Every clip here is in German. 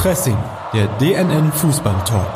Pressing, der DNN Fußball Talk.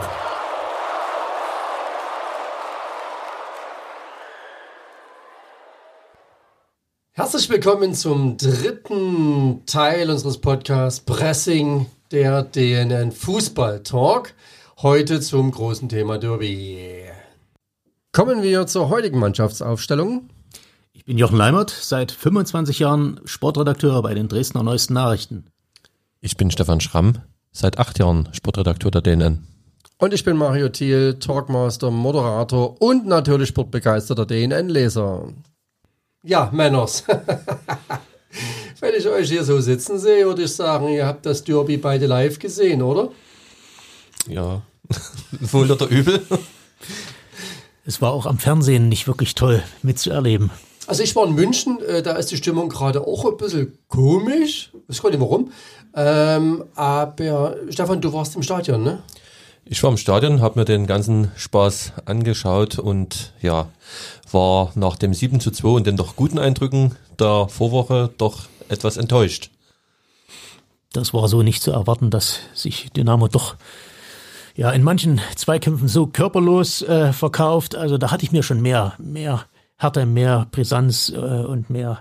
Herzlich willkommen zum dritten Teil unseres Podcasts Pressing, der DNN Fußball Talk. Heute zum großen Thema Derby. Kommen wir zur heutigen Mannschaftsaufstellung. Ich bin Jochen Leimert, seit 25 Jahren Sportredakteur bei den Dresdner Neuesten Nachrichten. Ich bin Stefan Schramm, seit 8 Jahren Sportredakteur der DNN. Und ich bin Mario Thiel, Talkmaster, Moderator und natürlich sportbegeisterter DNN-Leser. Ja, Männers. Wenn ich euch hier so sitzen sehe, würde ich sagen, ihr habt das Derby beide live gesehen, oder? Ja, wohl oder übel. Es war auch am Fernsehen nicht wirklich toll mitzuerleben. Also ich war in München, da ist die Stimmung gerade auch ein bisschen komisch. Ich weiß gar nicht warum. Aber Stefan, du warst im Stadion, ne? Ich war im Stadion, habe mir den ganzen Spaß angeschaut und ja, war nach dem 7:2 und den doch guten Eindrücken der Vorwoche doch etwas enttäuscht. Das war so nicht zu erwarten, dass sich Dynamo doch ja in manchen Zweikämpfen so körperlos verkauft. Also da hatte ich mir schon mehr Härte, mehr Brisanz und mehr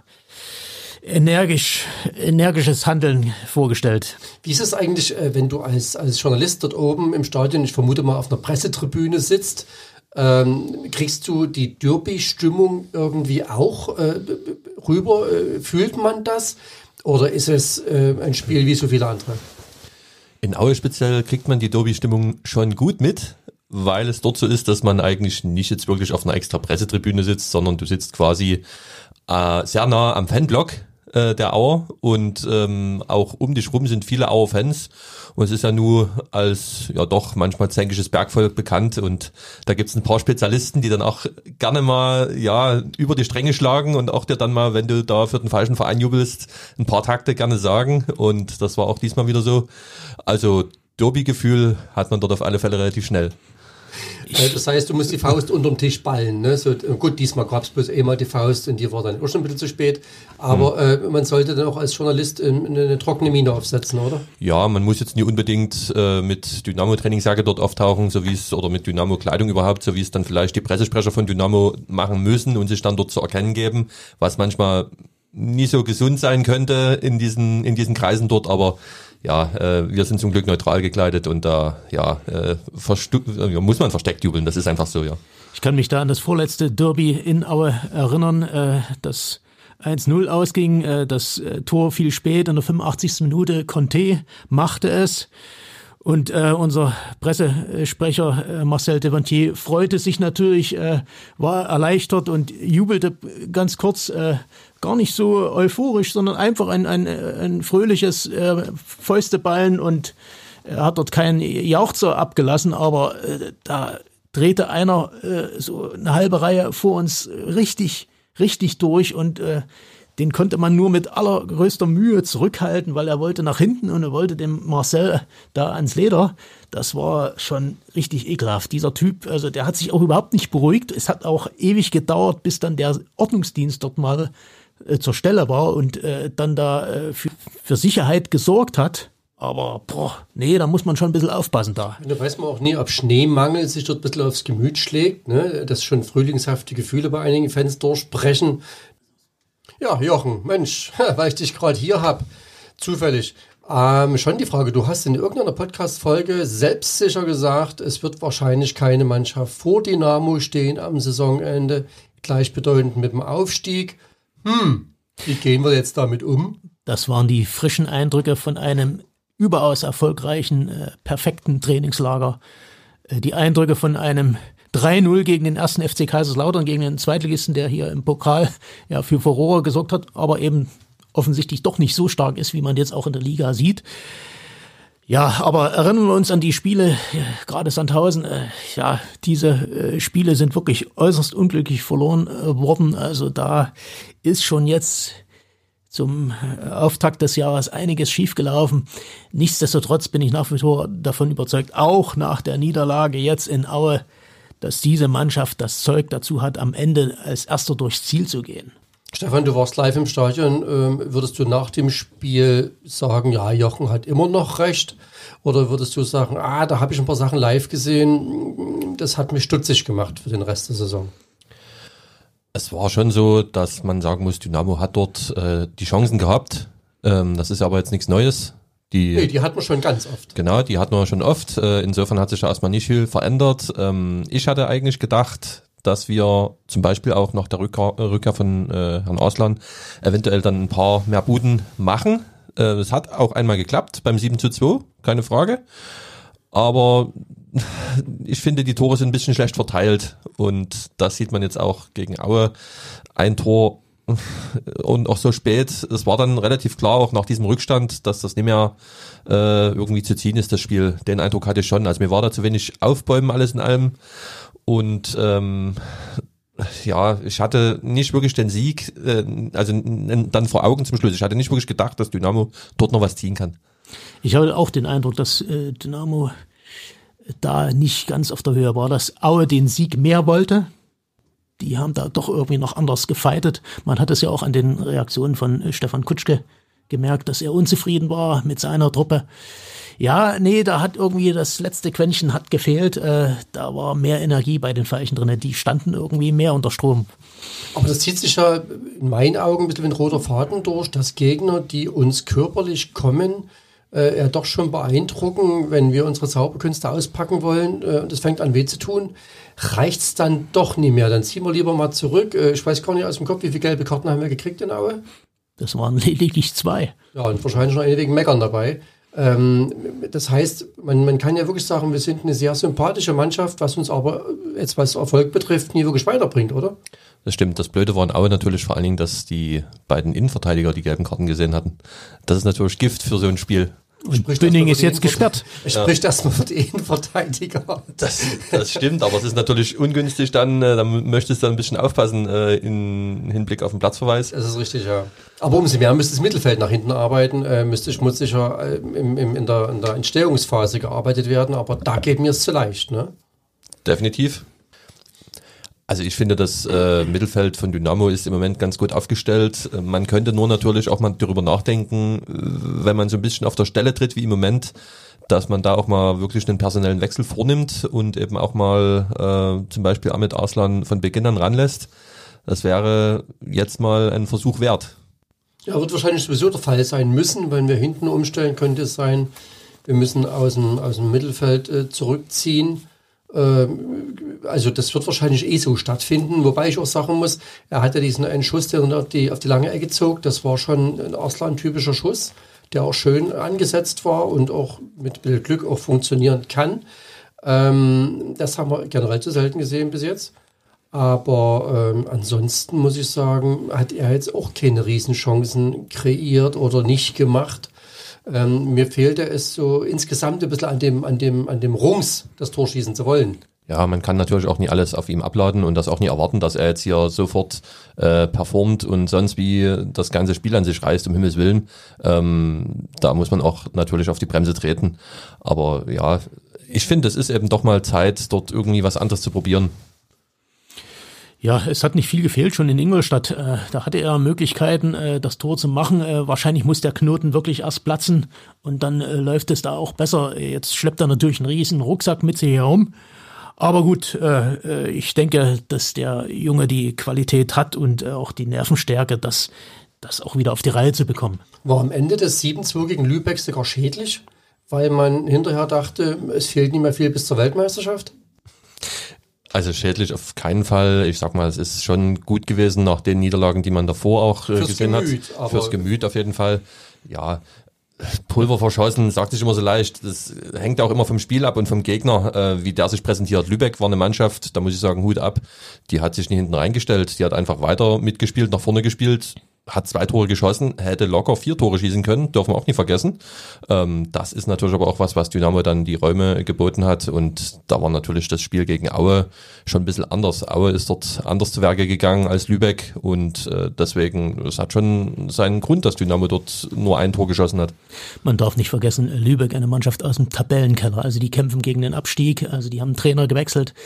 energisches Handeln vorgestellt. Wie ist es eigentlich, wenn du als Journalist dort oben im Stadion, ich vermute mal auf einer Pressetribüne sitzt, kriegst du die Derby-Stimmung irgendwie auch rüber? Fühlt man das? Oder ist es ein Spiel wie so viele andere? In Aue speziell kriegt man die Derby-Stimmung schon gut mit, weil es dort so ist, dass man eigentlich nicht jetzt wirklich auf einer extra Pressetribüne sitzt, sondern du sitzt quasi sehr nah am Fanblock der Auer und auch um dich rum sind viele Auer Fans und es ist ja nur als ja doch manchmal zänkisches Bergvolk bekannt und da gibt's ein paar Spezialisten, die dann auch gerne mal ja über die Stränge schlagen und auch dir dann mal, wenn du da für den falschen Verein jubelst, ein paar Takte gerne sagen und das war auch diesmal wieder so. Also Derby-Gefühl hat man dort auf alle Fälle relativ schnell. Das heißt, du musst die Faust unterm Tisch ballen. Ne? So, gut, diesmal gab es bloß einmal die Faust und die war dann auch schon ein bisschen zu spät. Aber man sollte dann auch als Journalist eine trockene Miene aufsetzen, oder? Ja, man muss jetzt nie unbedingt mit Dynamo-Trainingsjacke dort auftauchen, so wie es oder mit Dynamo-Kleidung überhaupt, so wie es dann vielleicht die Pressesprecher von Dynamo machen müssen und sich dann dort zu erkennen geben, was manchmal nie so gesund sein könnte in diesen Kreisen dort, aber ja, wir sind zum Glück neutral gekleidet und da muss man versteckt jubeln, das ist einfach so, ja. Ich kann mich da an das vorletzte Derby in Aue erinnern, das 1:0 ausging, das Tor fiel spät in der 85. Minute, Conte machte es und unser Pressesprecher Marcel Devantier freute sich natürlich, war erleichtert und jubelte ganz kurz, gar nicht so euphorisch, sondern einfach ein fröhliches Fäusteballen und er hat dort keinen Jauchzer abgelassen, aber da drehte einer so eine halbe Reihe vor uns richtig durch und den konnte man nur mit allergrößter Mühe zurückhalten, weil er wollte nach hinten und er wollte dem Marcel da ans Leder. Das war schon richtig ekelhaft. Dieser Typ, also der hat sich auch überhaupt nicht beruhigt. Es hat auch ewig gedauert, bis dann der Ordnungsdienst dort mal zur Stelle war und dann da für Sicherheit gesorgt hat. Aber da muss man schon ein bisschen aufpassen da. Da weiß man auch nie, ob Schneemangel sich dort ein bisschen aufs Gemüt schlägt, ne? Dass schon frühlingshafte Gefühle bei einigen Fans durchbrechen. Ja, Jochen, Mensch, weil ich dich gerade hier habe, zufällig. Schon die Frage, du hast in irgendeiner Podcast-Folge selbstsicher gesagt, es wird wahrscheinlich keine Mannschaft vor Dynamo stehen am Saisonende, gleichbedeutend mit dem Aufstieg. Wie gehen wir jetzt damit um? Das waren die frischen Eindrücke von einem überaus erfolgreichen, perfekten Trainingslager. Die Eindrücke von einem 3:0 gegen den 1. FC Kaiserslautern, gegen den Zweitligisten, der hier im Pokal ja für Furore gesorgt hat, aber eben offensichtlich doch nicht so stark ist, wie man jetzt auch in der Liga sieht. Ja, aber erinnern wir uns an die Spiele, gerade Sandhausen, diese Spiele sind wirklich äußerst unglücklich verloren worden. Also da ist schon jetzt zum Auftakt des Jahres einiges schiefgelaufen. Nichtsdestotrotz bin ich nach wie vor davon überzeugt, auch nach der Niederlage jetzt in Aue, dass diese Mannschaft das Zeug dazu hat, am Ende als Erster durchs Ziel zu gehen. Stefan, du warst live im Stadion. Würdest du nach dem Spiel sagen, ja, Jochen hat immer noch recht? Oder würdest du sagen, da habe ich ein paar Sachen live gesehen, das hat mich stutzig gemacht für den Rest der Saison? Es war schon so, dass man sagen muss, Dynamo hat dort die Chancen gehabt. Das ist aber jetzt nichts Neues. Die hat man schon ganz oft. Genau, die hat man schon oft. Insofern hat sich da erstmal nicht viel verändert. Ich hatte eigentlich gedacht, dass wir zum Beispiel auch nach der Rückkehr von Herrn Arslan eventuell dann ein paar mehr Buden machen. Es hat auch einmal geklappt beim 7:2, keine Frage. Aber ich finde, die Tore sind ein bisschen schlecht verteilt. Und das sieht man jetzt auch gegen Aue. Ein Tor und auch so spät. Es war dann relativ klar, auch nach diesem Rückstand, dass das nicht mehr irgendwie zu ziehen ist, das Spiel. Den Eindruck hatte ich schon. Also mir war da zu wenig Aufbäumen alles in allem. Und ich hatte nicht wirklich den Sieg, dann vor Augen zum Schluss. Ich hatte nicht wirklich gedacht, dass Dynamo dort noch was ziehen kann. Ich habe auch den Eindruck, dass Dynamo da nicht ganz auf der Höhe war, dass Aue den Sieg mehr wollte. Die haben da doch irgendwie noch anders gefeitet. Man hat es ja auch an den Reaktionen von Stefan Kutschke gemerkt, dass er unzufrieden war mit seiner Truppe. Ja, nee, da hat irgendwie das letzte Quäntchen hat gefehlt. Da war mehr Energie bei den Veilchen drin. Die standen irgendwie mehr unter Strom. Aber das zieht sich ja in meinen Augen ein bisschen wie ein roter Faden durch, dass Gegner, die uns körperlich kommen, doch schon beeindrucken, wenn wir unsere Zauberkünste auspacken wollen und es fängt an weh zu tun, reicht es dann doch nicht mehr. Dann ziehen wir lieber mal zurück. Ich weiß gar nicht aus dem Kopf, wie viele gelbe Karten haben wir gekriegt in Aue? Das waren lediglich 2. Ja, und wahrscheinlich noch eine wegen Meckern dabei. Das heißt, man kann ja wirklich sagen, wir sind eine sehr sympathische Mannschaft, was uns aber jetzt, was Erfolg betrifft, nie wirklich weiterbringt, oder? Das stimmt. Das Blöde war in Aue natürlich vor allen Dingen, dass die beiden Innenverteidiger die gelben Karten gesehen hatten. Das ist natürlich Gift für so ein Spiel. Und Bünning ist jetzt gesperrt. Spricht erstmal für die Innenverteidiger. Das stimmt, aber es ist natürlich ungünstig dann, da möchtest du ein bisschen aufpassen in Hinblick auf den Platzverweis. Das ist richtig, ja. Aber umso mehr müsste das Mittelfeld nach hinten arbeiten, muss sicher in der Entstehungsphase gearbeitet werden, aber da geht mir es zu leicht, ne? Definitiv. Also ich finde, das Mittelfeld von Dynamo ist im Moment ganz gut aufgestellt. Man könnte nur natürlich auch mal darüber nachdenken, wenn man so ein bisschen auf der Stelle tritt wie im Moment, dass man da auch mal wirklich einen personellen Wechsel vornimmt und eben auch mal zum Beispiel Ahmed Arslan von Beginn an ranlässt. Das wäre jetzt mal ein Versuch wert. Ja, wird wahrscheinlich sowieso der Fall sein müssen, wenn wir hinten umstellen, könnte es sein, wir müssen aus dem Mittelfeld zurückziehen. Also das wird wahrscheinlich so stattfinden, wobei ich auch sagen muss, er hatte diesen einen Schuss, der auf die lange Ecke zog, das war schon ein Arslan-typischer Schuss, der auch schön angesetzt war und auch mit Glück auch funktionieren kann. Das haben wir generell zu selten gesehen bis jetzt, aber ansonsten muss ich sagen, hat er jetzt auch keine Riesenchancen kreiert oder nicht gemacht. Mir fehlte es so insgesamt ein bisschen an dem Rums, das Tor schießen zu wollen. Ja, man kann natürlich auch nie alles auf ihm abladen und das auch nie erwarten, dass er jetzt hier sofort performt und sonst wie das ganze Spiel an sich reißt, um Himmels Willen. Da muss man auch natürlich auf die Bremse treten. Aber ja, ich finde, es ist eben doch mal Zeit, dort irgendwie was anderes zu probieren. Ja, es hat nicht viel gefehlt schon in Ingolstadt. Da hatte er Möglichkeiten, das Tor zu machen. Wahrscheinlich muss der Knoten wirklich erst platzen und dann läuft es da auch besser. Jetzt schleppt er natürlich einen riesen Rucksack mit sich herum. Aber gut, ich denke, dass der Junge die Qualität hat und auch die Nervenstärke, das auch wieder auf die Reihe zu bekommen. War am Ende des 7:2 gegen Lübeck sogar schädlich, weil man hinterher dachte, es fehlt nicht mehr viel bis zur Weltmeisterschaft? Also schädlich auf keinen Fall. Ich sag mal, es ist schon gut gewesen nach den Niederlagen, die man davor auch gesehen hat. Fürs Gemüt auf jeden Fall. Ja, Pulver verschossen, sagt sich immer so leicht. Das hängt auch immer vom Spiel ab und vom Gegner, wie der sich präsentiert. Lübeck war eine Mannschaft, da muss ich sagen, Hut ab. Die hat sich nicht hinten reingestellt. Die hat einfach weiter mitgespielt, nach vorne gespielt. Hat 2 Tore geschossen, hätte locker 4 Tore schießen können, dürfen wir auch nicht vergessen. Das ist natürlich aber auch was Dynamo dann die Räume geboten hat und da war natürlich das Spiel gegen Aue schon ein bisschen anders. Aue ist dort anders zu Werke gegangen als Lübeck und deswegen, es hat schon seinen Grund, dass Dynamo dort nur 1 Tor geschossen hat. Man darf nicht vergessen, Lübeck, eine Mannschaft aus dem Tabellenkeller, also die kämpfen gegen den Abstieg, also die haben einen Trainer gewechselt.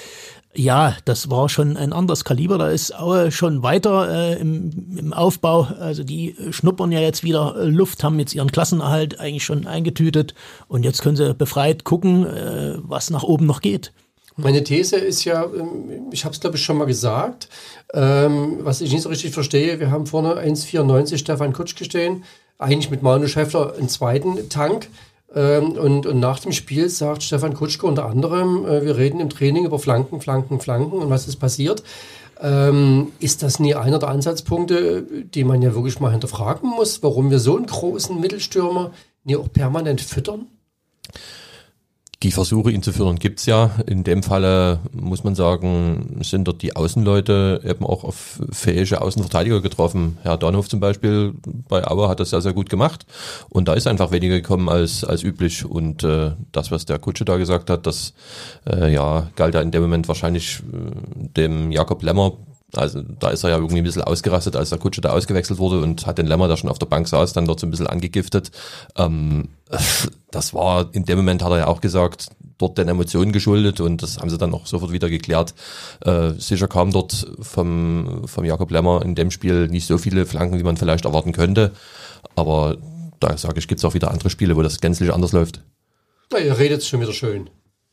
Ja, das war schon ein anderes Kaliber. Da ist Aue schon weiter im Aufbau. Also die schnuppern ja jetzt wieder Luft, haben jetzt ihren Klassenerhalt eigentlich schon eingetütet. Und jetzt können sie befreit gucken, was nach oben noch geht. Meine These ist ja, ich habe es glaube ich schon mal gesagt, was ich nicht so richtig verstehe, wir haben vorne 1,94 Stefan Kutschke stehen, eigentlich mit Manu Schäffler einen zweiten Tank. Und nach dem Spiel sagt Stefan Kutschke unter anderem, wir reden im Training über Flanken und was ist passiert. Ist das nie einer der Ansatzpunkte, die man ja wirklich mal hinterfragen muss, warum wir so einen großen Mittelstürmer nie auch permanent füttern? Die Versuche, ihn zu führen, gibt's ja. In dem Falle muss man sagen, sind dort die Außenleute eben auch auf fähige Außenverteidiger getroffen. Herr Dornhof zum Beispiel bei Aue hat das sehr, sehr gut gemacht. Und da ist einfach weniger gekommen als üblich. Und das, was der Kutsche da gesagt hat, das galt ja in dem Moment wahrscheinlich dem Jakob Lemmer. Also da ist er ja irgendwie ein bisschen ausgerastet, als der Kutsche da ausgewechselt wurde und hat den Lemmer, der schon auf der Bank saß, dann dort so ein bisschen angegiftet. Das war, in dem Moment hat er ja auch gesagt, dort den Emotionen geschuldet und das haben sie dann auch sofort wieder geklärt. Sicher kam dort vom Jakob Lemmer in dem Spiel nicht so viele Flanken, wie man vielleicht erwarten könnte. Aber da sage ich, gibt's auch wieder andere Spiele, wo das gänzlich anders läuft. Na, ihr redet schon wieder schön.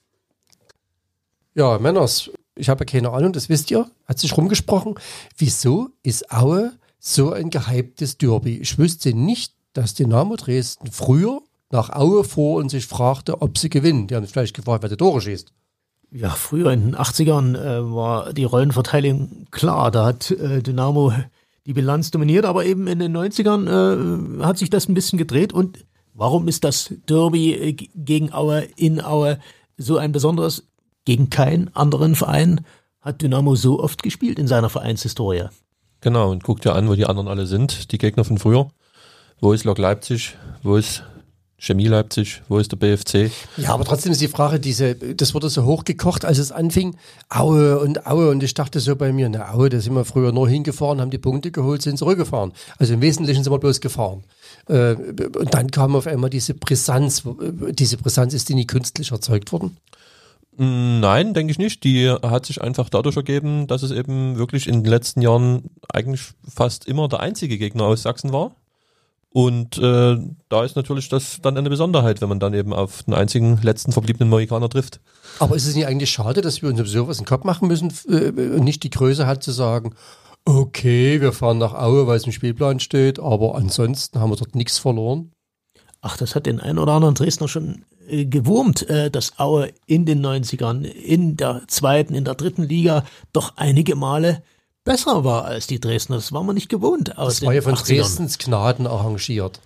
Ja, Männers, ich habe ja keine Ahnung, das wisst ihr, hat sich rumgesprochen. Wieso ist Aue so ein gehyptes Derby? Ich wüsste nicht, dass Dynamo Dresden früher nach Aue fuhr und sich fragte, ob sie gewinnen. Die haben sich vielleicht gefragt, wer die Tore schießt. Ja, früher in den 80ern war die Rollenverteilung klar. Da hat Dynamo die Bilanz dominiert, aber eben in den 90ern hat sich das ein bisschen gedreht. Und warum ist das Derby gegen Aue in Aue so ein besonderes? Gegen keinen anderen Verein hat Dynamo so oft gespielt in seiner Vereinshistorie. Genau, und guckt ja an, wo die anderen alle sind, die Gegner von früher. Wo ist Lok Leipzig? Wo ist Chemie Leipzig? Wo ist der BFC? Ja, aber trotzdem ist die Frage, das wurde so hochgekocht, als es anfing, Aue. Und ich dachte so bei mir, Aue, da sind wir früher nur hingefahren, haben die Punkte geholt, sind zurückgefahren. Also im Wesentlichen sind wir bloß gefahren. Und dann kam auf einmal diese Brisanz. Diese Brisanz, ist die nie künstlich erzeugt worden? Nein, denke ich nicht. Die hat sich einfach dadurch ergeben, dass es eben wirklich in den letzten Jahren eigentlich fast immer der einzige Gegner aus Sachsen war. Und da ist natürlich das dann eine Besonderheit, wenn man dann eben auf den einzigen letzten verbliebenen Mohikaner trifft. Aber ist es nicht eigentlich schade, dass wir uns sowas in den Kopf machen müssen und nicht die Größe hat zu sagen, okay, wir fahren nach Aue, weil es im Spielplan steht, aber ansonsten haben wir dort nichts verloren? Ach, das hat den einen oder anderen Dresdner schon gewurmt, dass Aue in den 90ern in der zweiten, in der dritten Liga doch einige Male besser war als die Dresdner. Das war man nicht gewohnt aus den 80ern. Das war ja von Dresdens Gnaden arrangiert.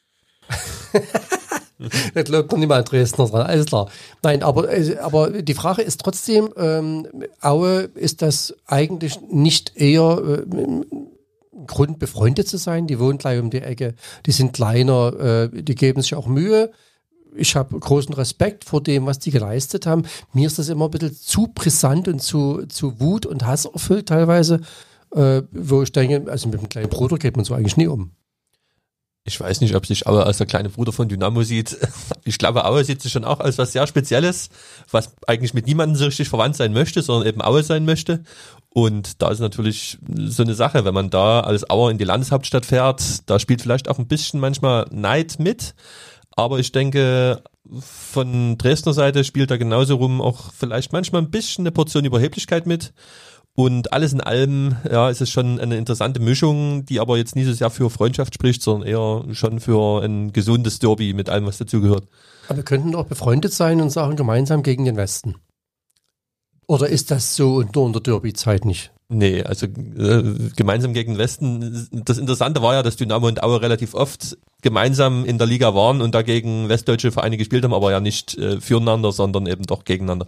Da glaubt noch niemand Dresdner dran, alles klar. Nein, aber die Frage ist trotzdem, Aue, ist das eigentlich nicht eher Grund, befreundet zu sein? Die wohnen gleich um die Ecke, die sind kleiner, die geben sich auch Mühe. Ich habe großen Respekt vor dem, was die geleistet haben. Mir ist das immer ein bisschen zu brisant und zu Wut und Hass erfüllt teilweise, wo ich denke, also mit dem kleinen Bruder geht man so eigentlich nie um. Ich weiß nicht, ob sich Aue als der kleine Bruder von Dynamo sieht. Ich glaube, Aue sieht sich schon auch als was sehr Spezielles, was eigentlich mit niemandem so richtig verwandt sein möchte, sondern eben Aue sein möchte. Und da ist natürlich so eine Sache, wenn man da als Auer in die Landeshauptstadt fährt, da spielt vielleicht auch ein bisschen manchmal Neid mit. Aber ich denke, von Dresdner Seite spielt da genauso rum auch vielleicht manchmal ein bisschen eine Portion Überheblichkeit mit. Und alles in allem, ja, ist es schon eine interessante Mischung, die aber jetzt nicht so sehr für Freundschaft spricht, sondern eher schon für ein gesundes Derby mit allem, was dazugehört. Aber wir könnten doch befreundet sein und sagen gemeinsam gegen den Westen. Oder ist das so nur in der Derby-Zeit nicht? Nee, also gemeinsam gegen den Westen. Das Interessante war ja, dass Dynamo und Aue relativ oft gemeinsam in der Liga waren und dagegen westdeutsche Vereine gespielt haben, aber ja nicht füreinander, sondern eben doch gegeneinander.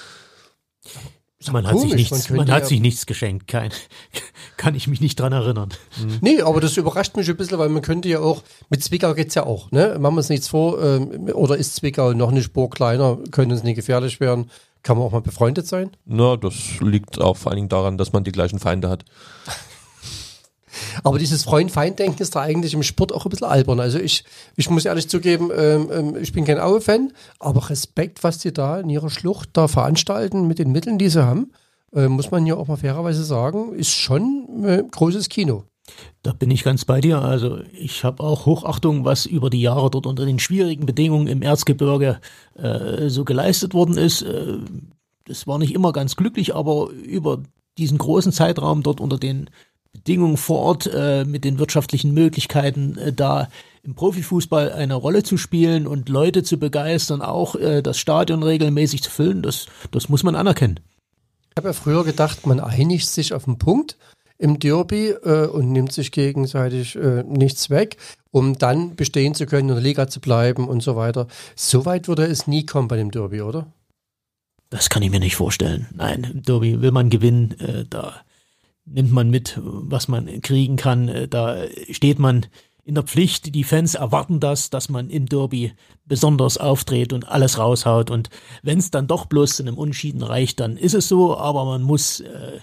Man hat sich nichts geschenkt, kann ich mich nicht dran erinnern. Nee, aber das überrascht mich ein bisschen, weil man könnte ja auch, mit Zwickau geht's ja auch, ne? Machen wir uns nichts vor, oder ist Zwickau noch eine Spur kleiner, könnte uns nicht gefährlich werden, kann man auch mal befreundet sein? Na, das liegt auch vor allen Dingen daran, dass man die gleichen Feinde hat. Aber dieses Freund-Feind-Denken ist da eigentlich im Sport auch ein bisschen albern. Also ich muss ehrlich zugeben, ich bin kein Aue-Fan, aber Respekt, was die da in ihrer Schlucht da veranstalten mit den Mitteln, die sie haben. muss man ja auch mal fairerweise sagen, ist schon großes Kino. Da bin ich ganz bei dir. Also ich habe auch Hochachtung, was über die Jahre dort unter den schwierigen Bedingungen im Erzgebirge so geleistet worden ist. Das war nicht immer ganz glücklich, aber über diesen großen Zeitraum dort unter den Bedingungen vor Ort mit den wirtschaftlichen Möglichkeiten da im Profifußball eine Rolle zu spielen und Leute zu begeistern, auch das Stadion regelmäßig zu füllen, das muss man anerkennen. Ich habe ja früher gedacht, man einigt sich auf einen Punkt im Derby und nimmt sich gegenseitig nichts weg, um dann bestehen zu können, in der Liga zu bleiben und so weiter. So weit würde es nie kommen bei dem Derby, oder? Das kann ich mir nicht vorstellen. Nein, im Derby will man gewinnen, da nimmt man mit, was man kriegen kann, da steht man in der Pflicht. Die Fans erwarten das, dass man im Derby besonders auftritt und alles raushaut, und wenn es dann doch bloß zu einem Unentschieden reicht, dann ist es so, aber man muss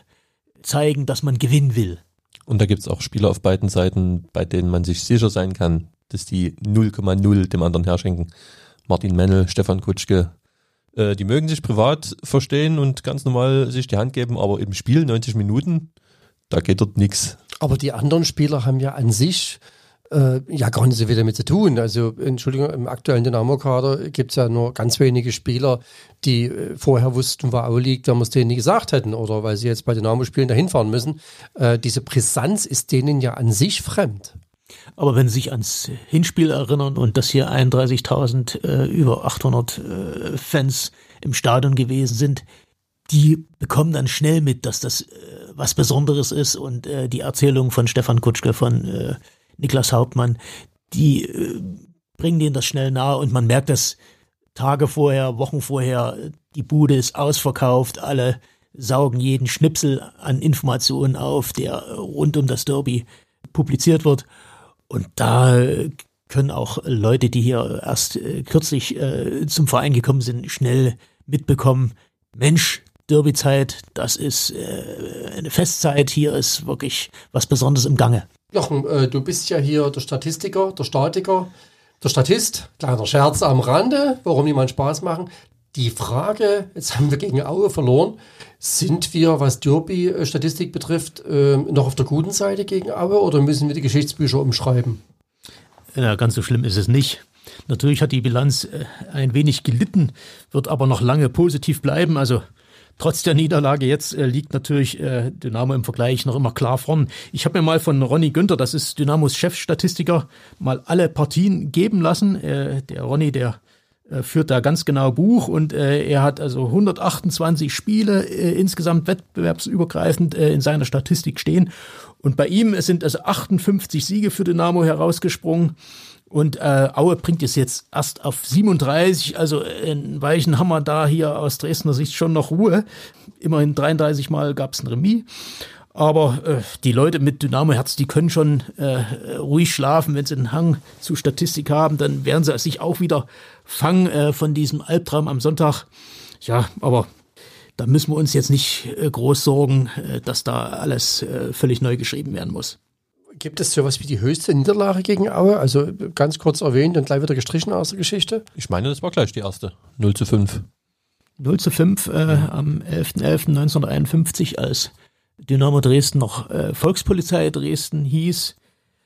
zeigen, dass man gewinnen will. Und da gibt es auch Spieler auf beiden Seiten, bei denen man sich sicher sein kann, dass die 0,0 dem anderen herschenken. Martin Mennel, Stefan Kutschke, die mögen sich privat verstehen und ganz normal sich die Hand geben, aber im Spiel 90 Minuten, da geht dort nichts. Aber die anderen Spieler haben ja an sich ja gar nicht so viel damit zu tun. Also Entschuldigung, im aktuellen Dynamo-Kader gibt es ja nur ganz wenige Spieler, die vorher wussten, wo Aue liegt, wenn wir es denen nie gesagt hätten oder weil sie jetzt bei Dynamo spielen, dahin fahren müssen. Diese Brisanz ist denen ja an sich fremd. Aber wenn Sie sich ans Hinspiel erinnern und dass hier 31.000 über 800 Fans im Stadion gewesen sind, die bekommen dann schnell mit, dass das was Besonderes ist, und die Erzählung von Stefan Kutschke, von Niklas Hauptmann, die bringen denen das schnell nahe, und man merkt das Tage vorher, Wochen vorher, die Bude ist ausverkauft, alle saugen jeden Schnipsel an Informationen auf, der rund um das Derby publiziert wird, und da können auch Leute, die hier erst kürzlich zum Verein gekommen sind, schnell mitbekommen, Mensch, Derbyzeit, das ist eine Festzeit, hier ist wirklich was Besonderes im Gange. Jochen, du bist ja hier der Statistiker, der Statiker, der Statist. Kleiner Scherz am Rande, warum niemand Spaß machen. Die Frage, jetzt haben wir gegen Aue verloren, sind wir, was Derby-Statistik betrifft, noch auf der guten Seite gegen Aue, oder müssen wir die Geschichtsbücher umschreiben? Ja, ganz so schlimm ist es nicht. Natürlich hat die Bilanz ein wenig gelitten, wird aber noch lange positiv bleiben. Also trotz der Niederlage jetzt liegt natürlich Dynamo im Vergleich noch immer klar vorn. Ich habe mir mal von Ronny Günther, das ist Dynamos Chefstatistiker, mal alle Partien geben lassen. Der Ronny, der führt da ganz genau Buch, und er hat also 128 Spiele insgesamt wettbewerbsübergreifend in seiner Statistik stehen. Und bei ihm sind also 58 Siege für Dynamo herausgesprungen. Und Aue bringt es jetzt erst auf 37, also in Weichen haben wir da hier aus Dresdner Sicht schon noch Ruhe. Immerhin 33 Mal gab es ein Remis. Aber die Leute mit Dynamo-Herz, die können schon ruhig schlafen, wenn sie einen Hang zu Statistik haben, dann werden sie sich auch wieder fangen von diesem Albtraum am Sonntag. Ja, aber da müssen wir uns jetzt nicht groß sorgen, dass da alles völlig neu geschrieben werden muss. Gibt es sowas wie die höchste Niederlage gegen Aue? Also ganz kurz erwähnt und gleich wieder gestrichen aus der Geschichte? Ich meine, das war gleich die erste. 0:5. 0:5 am 11.11.1951, als Dynamo Dresden noch Volkspolizei Dresden hieß,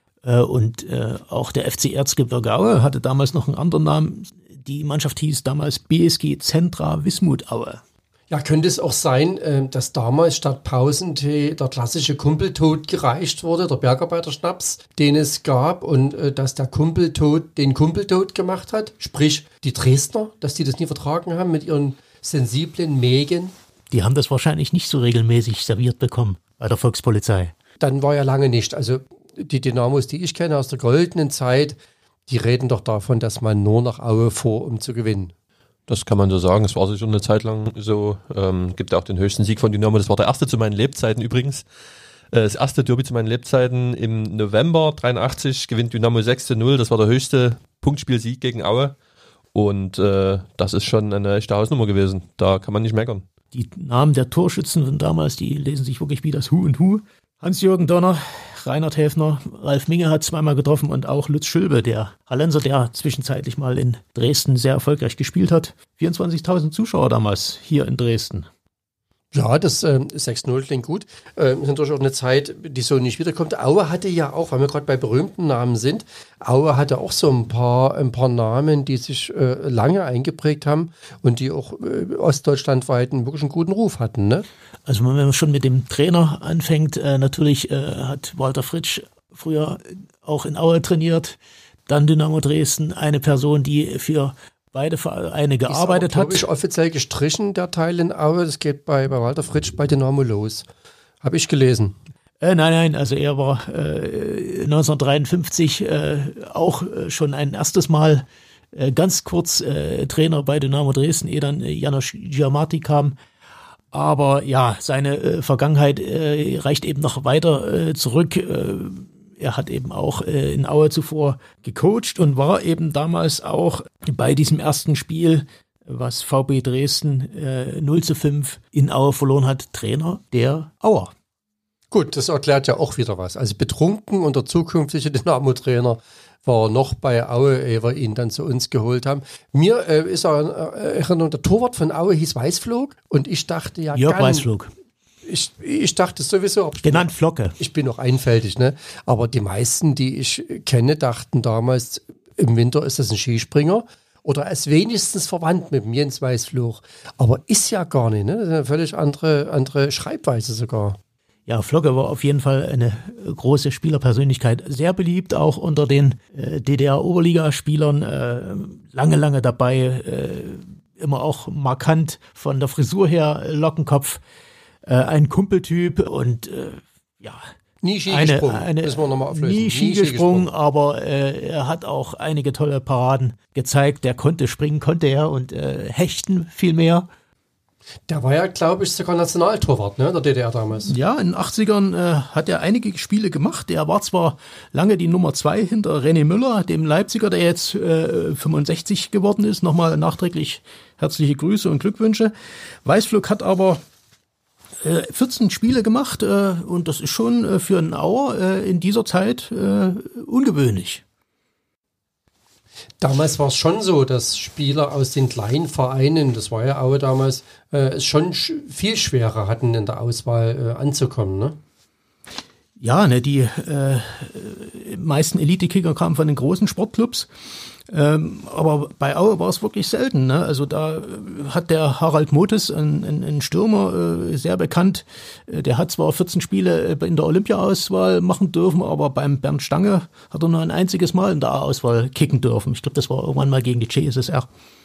und auch der FC Erzgebirge Aue hatte damals noch einen anderen Namen. Die Mannschaft hieß damals BSG Zentra Wismut Aue. Ja, könnte es auch sein, dass damals statt Pausentee der klassische Kumpeltod gereicht wurde, der Bergarbeiterschnaps, den es gab, und dass der Kumpeltod den Kumpeltod gemacht hat? Sprich, die Dresdner, dass die das nie vertragen haben mit ihren sensiblen Mägen? Die haben das wahrscheinlich nicht so regelmäßig serviert bekommen bei der Volkspolizei. Dann war ja lange nicht. Also die Dynamos, die ich kenne aus der goldenen Zeit, die reden doch davon, dass man nur nach Aue fuhr, um zu gewinnen. Das kann man so sagen. Es war sicher eine Zeit lang so. Gibt auch den höchsten Sieg von Dynamo. Das war der erste zu meinen Lebzeiten übrigens. Das erste Derby zu meinen Lebzeiten im November 83 gewinnt Dynamo 6:0. Das war der höchste Punktspielsieg gegen Aue. Und das ist schon eine echte Hausnummer gewesen. Da kann man nicht meckern. Die Namen der Torschützen von damals, die lesen sich wirklich wie das Hu und Hu. Hans-Jürgen Donner, Reinhard Häfner, Ralf Minge hat zweimal getroffen, und auch Lutz Schülbe, der Hallenser, der zwischenzeitlich mal in Dresden sehr erfolgreich gespielt hat. 24.000 Zuschauer damals hier in Dresden. Ja, das 6-0 klingt gut. Ist natürlich auch eine Zeit, die so nicht wiederkommt. Aue hatte ja auch, weil wir gerade bei berühmten Namen sind, Aue hatte auch so ein paar Namen, die sich lange eingeprägt haben und die auch ostdeutschlandweit wirklich einen guten Ruf hatten, ne? Also wenn man schon mit dem Trainer anfängt, natürlich hat Walter Fritsch früher auch in Aue trainiert, dann Dynamo Dresden, eine Person, die für beide Vereine gearbeitet hat. Ist offiziell gestrichen, der Teil in Aue. Das geht bei Walter Fritsch bei Dynamo los. Habe ich gelesen. Nein, also er war 1953 auch schon ein erstes Mal ganz kurz Trainer bei Dynamo Dresden, ehe dann János Giamatti kam. Aber ja, seine Vergangenheit reicht eben noch weiter zurück. Er hat eben auch in Aue zuvor gecoacht und war eben damals auch bei diesem ersten Spiel, was VB Dresden 0-5 in Aue verloren hat, Trainer der Auer. Gut, das erklärt ja auch wieder was. Also betrunken und der zukünftige Dynamo-Trainer war noch bei Aue, ehe wir ihn dann zu uns geholt haben. Mir ist Erinnerung, der Torwart von Aue hieß Weißflog und ich dachte ja Jörg Weißflog. Ich dachte sowieso. Genannt Flocke. Ich bin noch einfältig, ne? Aber die meisten, die ich kenne, dachten damals, im Winter ist das ein Skispringer oder er ist wenigstens verwandt mit dem Jens Weißflog. Aber ist ja gar nicht, ne? Das ist eine völlig andere Schreibweise sogar. Ja, Flocke war auf jeden Fall eine große Spielerpersönlichkeit, sehr beliebt auch unter den DDR-Oberligaspielern, lange dabei, immer auch markant von der Frisur her, Lockenkopf. Ein Kumpeltyp und ja. Nie Ski gesprungen, müssen wir nochmal auflösen. Nie Ski gesprungen, aber er hat auch einige tolle Paraden gezeigt. Der konnte springen, konnte er und hechten viel mehr. Der war ja, glaube ich, sogar Nationaltorwart, ne, der DDR damals. Ja, in den 80ern hat er einige Spiele gemacht. Er war zwar lange die Nummer 2 hinter René Müller, dem Leipziger, der jetzt 65 geworden ist. Nochmal nachträglich herzliche Grüße und Glückwünsche. Weißflug hat aber 14 Spiele gemacht und das ist schon für einen Auer in dieser Zeit ungewöhnlich. Damals war es schon so, dass Spieler aus den kleinen Vereinen, das war ja Aue damals, es schon viel schwerer hatten, in der Auswahl anzukommen, ne? Ja, ne, die meisten Elite-Kicker kamen von den großen Sportclubs. Aber bei Aue war es wirklich selten, ne? Also da hat der Harald Motes, ein Stürmer, sehr bekannt, der hat zwar 14 Spiele in der Olympia-Auswahl machen dürfen, aber beim Bernd Stange hat er nur ein einziges Mal in der A-Auswahl kicken dürfen. Ich glaube, das war irgendwann mal gegen die CSSR.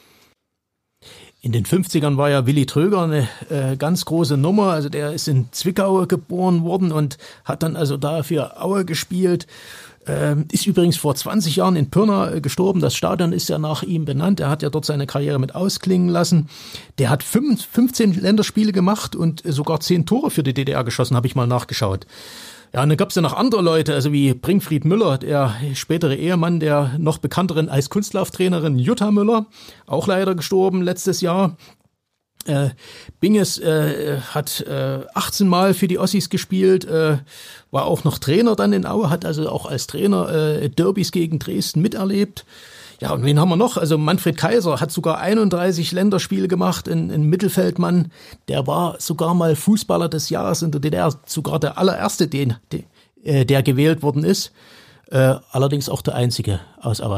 In den 50ern war ja Willi Tröger eine ganz große Nummer. Also der ist in Zwickau geboren worden und hat dann also da für Aue gespielt. Ist übrigens vor 20 Jahren in Pirna gestorben. Das Stadion ist ja nach ihm benannt. Er hat ja dort seine Karriere mit ausklingen lassen. Der hat 15 Länderspiele gemacht und sogar 10 Tore für die DDR geschossen, habe ich mal nachgeschaut. Ja, und dann gab es ja noch andere Leute, also wie Bringfried Müller, der spätere Ehemann der noch bekannteren Eiskunstlauftrainerin Jutta Müller, auch leider gestorben letztes Jahr. Binges hat 18 Mal für die Ossis gespielt, war auch noch Trainer dann in Aue, hat also auch als Trainer Derbys gegen Dresden miterlebt. Ja, und wen haben wir noch? Also Manfred Kaiser hat sogar 31 Länderspiele gemacht, ein Mittelfeldmann. Der war sogar mal Fußballer des Jahres in der DDR, sogar der allererste, der gewählt worden ist. Allerdings auch der einzige aus Aue.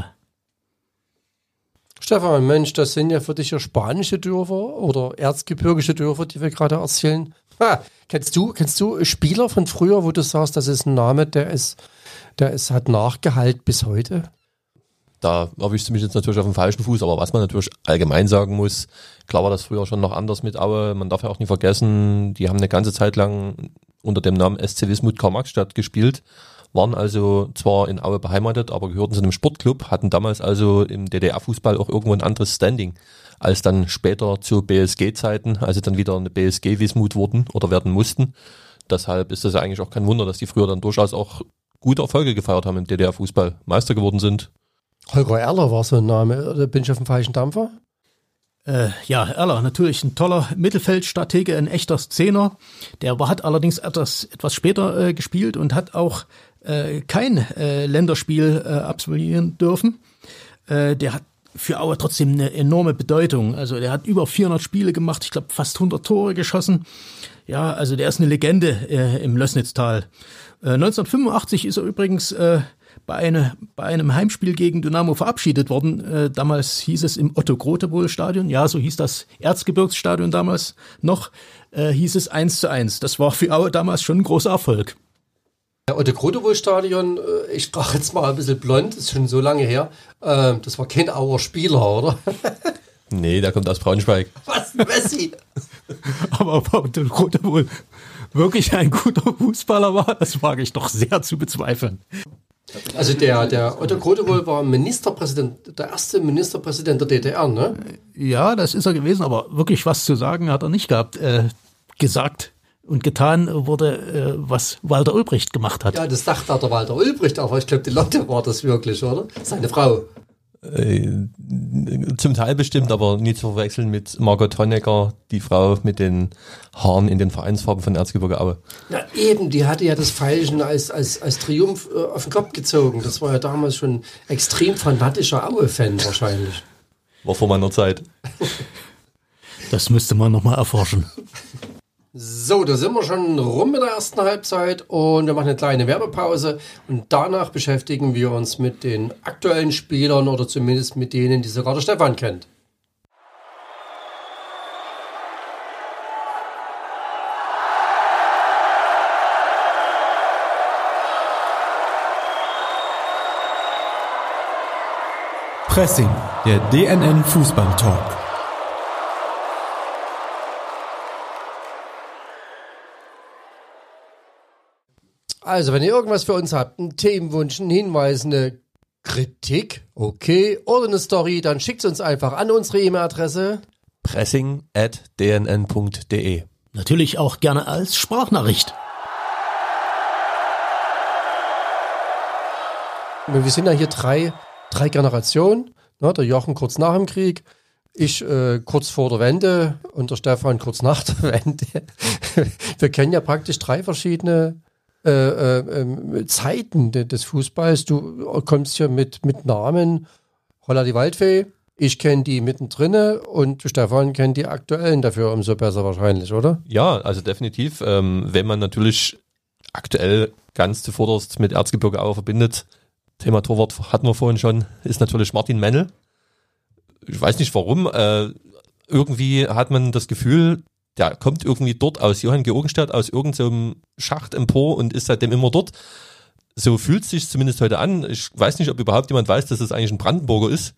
Stefan, Mensch, das sind ja für dich ja spanische Dörfer oder erzgebirgische Dörfer, die wir gerade erzählen. Kennst du Spieler von früher, wo du sagst, das ist ein Name, der hat Nachgehalt bis heute? Da erwischst du mich jetzt natürlich auf dem falschen Fuß, aber was man natürlich allgemein sagen muss, klar war das früher schon noch anders mit Aue, man darf ja auch nie vergessen, die haben eine ganze Zeit lang unter dem Namen SC Wismut Karl-Marx-Stadt gespielt, waren also zwar in Aue beheimatet, aber gehörten zu einem Sportclub, hatten damals also im DDR-Fußball auch irgendwo ein anderes Standing, als dann später zu BSG-Zeiten, also dann wieder eine BSG Wismut wurden oder werden mussten. Deshalb ist das ja eigentlich auch kein Wunder, dass die früher dann durchaus auch gute Erfolge gefeiert haben im DDR-Fußball, Meister geworden sind. Holger Erler war so ein Name, oder bin ich auf dem falschen Dampfer? Ja, Erler, natürlich ein toller Mittelfeldstratege, ein echter Zehner. Der hat allerdings etwas später gespielt und hat auch kein Länderspiel absolvieren dürfen. Der hat für Aue trotzdem eine enorme Bedeutung. Also der hat über 400 Spiele gemacht, ich glaube fast 100 Tore geschossen. Ja, also der ist eine Legende im Lößnitztal. 1985 ist er übrigens bei einem Heimspiel gegen Dynamo verabschiedet worden. Damals hieß es im Otto-Grotewohl-Stadion, ja, so hieß das Erzgebirgsstadion damals noch, hieß es 1:1. Das war für Aue damals schon ein großer Erfolg. Der Otto-Grotewohl-Stadion, ich frage jetzt mal ein bisschen blond, ist schon so lange her, das war kein Auer Spieler, oder? Nee, der kommt aus Braunschweig. Was, Messi? Aber ob Otto Grotewohl wirklich ein guter Fußballer war, das wage ich doch sehr zu bezweifeln. Also der Otto Grotewohl war Ministerpräsident, der erste Ministerpräsident der DDR, ne? Ja, das ist er gewesen, aber wirklich was zu sagen hat er nicht gehabt. Gesagt und getan wurde, was Walter Ulbricht gemacht hat. Ja, das dachte auch der Walter Ulbricht, aber ich glaube, die Lotte war das wirklich, oder? Seine Frau. Zum Teil bestimmt, aber nie zu verwechseln mit Margot Honecker, die Frau mit den Haaren in den Vereinsfarben von Erzgebirge Aue. Na eben, die hatte ja das Pfeilchen als Triumph auf den Kopf gezogen. Das war ja damals schon extrem fanatischer Aue-Fan wahrscheinlich. War vor meiner Zeit. Das müsste man nochmal erforschen. So, da sind wir schon rum mit der ersten Halbzeit und wir machen eine kleine Werbepause und danach beschäftigen wir uns mit den aktuellen Spielern oder zumindest mit denen, die sogar der Stefan kennt. Pressing, der DNN Fußball Talk. Also, wenn ihr irgendwas für uns habt, einen Themenwunsch, einen Hinweis, eine Kritik, okay, oder eine Story, dann schickt es uns einfach an unsere E-Mail-Adresse. pressing@dnn.de. Natürlich auch gerne als Sprachnachricht. Wir sind ja hier drei Generationen, ne, der Jochen kurz nach dem Krieg, ich kurz vor der Wende und der Stefan kurz nach der Wende. Wir kennen ja praktisch drei verschiedene Zeiten des Fußballs. Du kommst hier mit Namen Holla die Waldfee, ich kenne die mittendrin und Stefan kennt die aktuellen dafür umso besser wahrscheinlich, oder? Ja, also definitiv. Wenn man natürlich aktuell ganz zuvorderst mit Erzgebirge Aue verbindet, Thema Torwart hatten wir vorhin schon, ist natürlich Martin Mennel. Ich weiß nicht warum, irgendwie hat man das Gefühl, der kommt irgendwie dort aus Johann Georgenstadt, aus irgendeinem Schacht empor und ist seitdem immer dort. So fühlt es sich zumindest heute an. Ich weiß nicht, ob überhaupt jemand weiß, dass es eigentlich ein Brandenburger ist,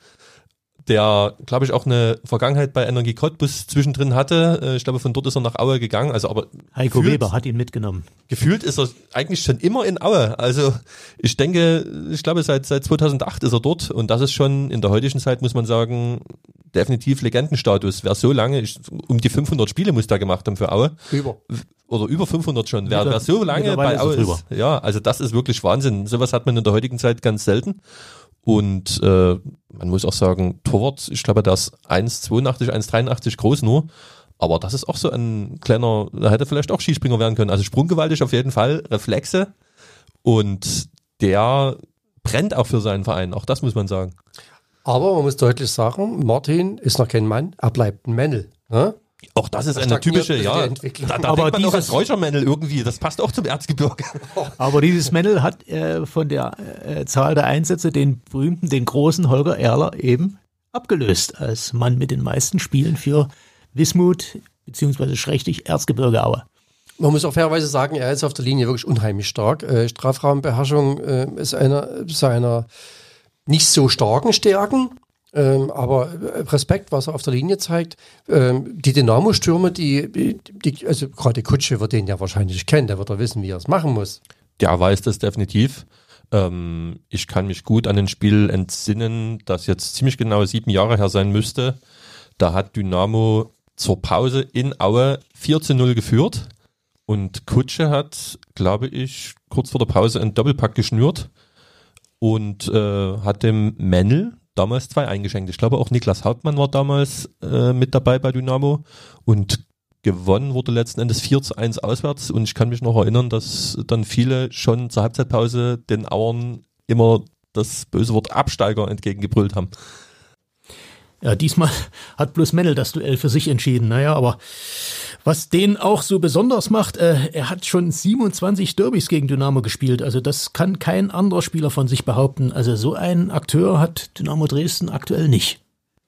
der, glaube ich, auch eine Vergangenheit bei Energie Cottbus zwischendrin hatte. Ich glaube, von dort ist er nach Aue gegangen. Also, aber Heiko Weber hat ihn mitgenommen. Gefühlt ist er eigentlich schon immer in Aue. Also ich glaube, seit 2008 ist er dort und das ist schon in der heutigen Zeit, muss man sagen, definitiv Legendenstatus. Wer so lange, um die 500 Spiele muss der gemacht haben für Aue. Über 500 schon. Wer so lange bei Aue ist, ja, also das ist wirklich Wahnsinn. Sowas hat man in der heutigen Zeit ganz selten. Und man muss auch sagen, Torwart, ich glaube, der ist 1,82, 1,83 groß nur. Aber das ist auch so ein kleiner, da hätte vielleicht auch Skispringer werden können. Also sprunggewaltig auf jeden Fall, Reflexe. Und der brennt auch für seinen Verein. Auch das muss man sagen. Aber man muss deutlich sagen, Martin ist noch kein Mann, er bleibt ein Männle. Ne? Auch das ist eine typische, ja, da aber denkt man auch als Räuchermännel irgendwie, das passt auch zum Erzgebirge. Aber dieses Männel hat von der Zahl der Einsätze den berühmten, den großen Holger Erler eben abgelöst, als Mann mit den meisten Spielen für Wismut, beziehungsweise schrägstrich Erzgebirge Aue. Man muss auch fairerweise sagen, er ist auf der Linie wirklich unheimlich stark. Strafraumbeherrschung ist einer seiner nicht so starken Stärken. Aber Respekt, was er auf der Linie zeigt. Die Dynamo-Stürmer, also gerade Kutsche wird den ja wahrscheinlich kennen, der wird ja wissen, wie er es machen muss. Der weiß das definitiv. Ich kann mich gut an ein Spiel entsinnen, das jetzt ziemlich genau 7 Jahre her sein müsste. Da hat Dynamo zur Pause in Aue 4:0 geführt und Kutsche hat, glaube ich, kurz vor der Pause einen Doppelpack geschnürt und hat dem Mennel damals 2 eingeschenkt. Ich glaube auch Niklas Hauptmann war damals mit dabei bei Dynamo und gewonnen wurde letzten Endes 4:1 auswärts und ich kann mich noch erinnern, dass dann viele schon zur Halbzeitpause den Auern immer das böse Wort Absteiger entgegengebrüllt haben. Ja, diesmal hat bloß Mendel das Duell für sich entschieden. Naja, aber was den auch so besonders macht, er hat schon 27 Derbys gegen Dynamo gespielt. Also das kann kein anderer Spieler von sich behaupten. Also so einen Akteur hat Dynamo Dresden aktuell nicht.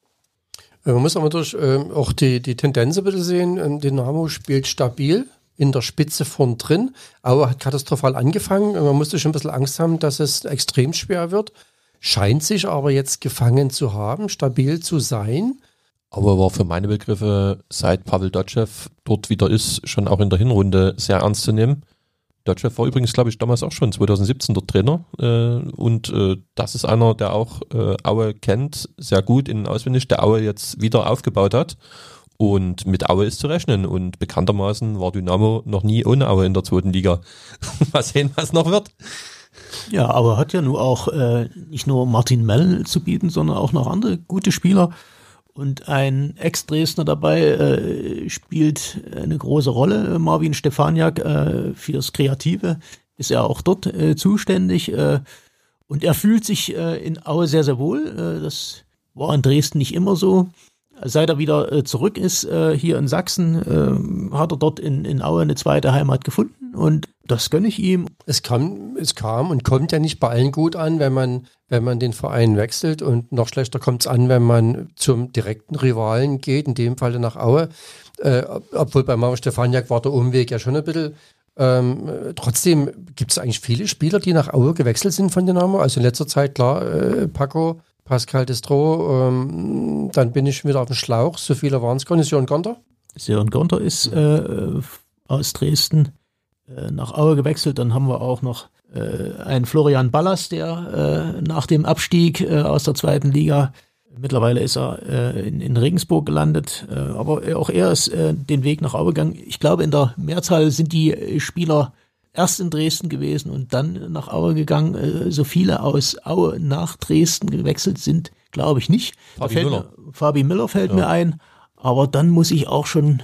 Man muss aber durch auch die Tendenz ein bisschen sehen. Dynamo spielt stabil in der Spitze vorn drin. Aue hat katastrophal angefangen. Man musste schon ein bisschen Angst haben, dass es extrem schwer wird. Scheint sich aber jetzt gefangen zu haben, stabil zu sein. Aber war für meine Begriffe, seit Pavel Dotschew dort wieder ist, schon auch in der Hinrunde sehr ernst zu nehmen. Dotschew war übrigens, glaube ich, damals auch schon 2017 dort Trainer. Und das ist einer, der auch Aue kennt, sehr gut in- und auswendig, der Aue jetzt wieder aufgebaut hat. Und mit Aue ist zu rechnen. Und bekanntermaßen war Dynamo noch nie ohne Aue in der zweiten Liga. Mal sehen, was noch wird. Ja, aber hat ja nur auch nicht nur Martin Mell zu bieten, sondern auch noch andere gute Spieler. Und ein Ex-Dresdner dabei spielt eine große Rolle. Marvin Stefaniak fürs Kreative ist er auch dort zuständig. Und er fühlt sich in Aue sehr, sehr wohl. Das war in Dresden nicht immer so. Seit er wieder zurück ist hier in Sachsen, hat er dort in Aue eine zweite Heimat gefunden und das gönne ich ihm. Es kam und kommt ja nicht bei allen gut an, wenn man den Verein wechselt, und noch schlechter kommt es an, wenn man zum direkten Rivalen geht, in dem Fall nach Aue. Obwohl bei Marvin Stefaniak war der Umweg ja schon ein bisschen. Trotzdem gibt es eigentlich viele Spieler, die nach Aue gewechselt sind von Dynamo. Also in letzter Zeit, klar, Paco, Pascal Destro, dann bin ich wieder auf dem Schlauch. So viele waren es gar nicht. Sören Gonter? Sören Gonter ist aus Dresden nach Aue gewechselt. Dann haben wir auch noch einen Florian Ballas, der nach dem Abstieg aus der zweiten Liga, mittlerweile ist er in Regensburg gelandet, aber auch er ist den Weg nach Aue gegangen. Ich glaube, in der Mehrzahl sind die Spieler erst in Dresden gewesen und dann nach Aue gegangen. So viele aus Aue nach Dresden gewechselt sind, glaube ich nicht. Fabi Müller fällt mir ein, aber dann muss ich auch schon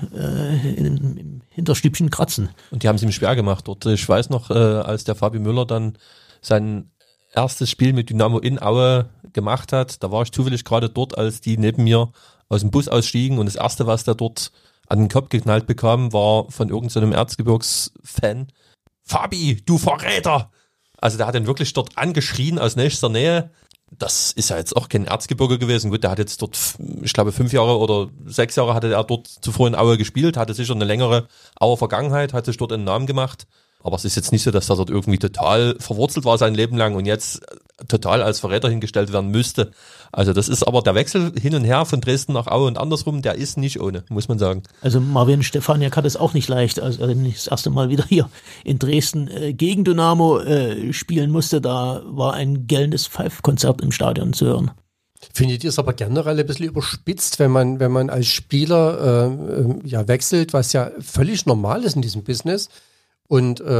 im Hinterstübchen kratzen. Und die haben es ihm schwer gemacht dort. Ich weiß noch, als der Fabi Müller dann sein erstes Spiel mit Dynamo in Aue gemacht hat, da war ich zufällig gerade dort, als die neben mir aus dem Bus ausstiegen, und das erste, was der dort an den Kopf geknallt bekam, war von irgendeinem Erzgebirgs-Fan: Fabi, du Verräter! Also der hat ihn wirklich dort angeschrien aus nächster Nähe. Das ist ja jetzt auch kein Erzgebirge gewesen. Gut, der hat jetzt dort, ich glaube 5 Jahre oder 6 Jahre hatte er dort zuvor in Aue gespielt, hatte sicher eine längere Auer Vergangenheit, hat sich dort einen Namen gemacht. Aber es ist jetzt nicht so, dass er dort irgendwie total verwurzelt war sein Leben lang und jetzt total als Verräter hingestellt werden müsste. Also das ist aber der Wechsel hin und her von Dresden nach Aue und andersrum, der ist nicht ohne, muss man sagen. Also Marvin Stefaniak hat es auch nicht leicht, als er das erste Mal wieder hier in Dresden gegen Dynamo spielen musste. Da war ein gellendes Pfeifkonzert im Stadion zu hören. Findet ihr es aber generell ein bisschen überspitzt, wenn man als Spieler wechselt, was ja völlig normal ist in diesem Business, und zu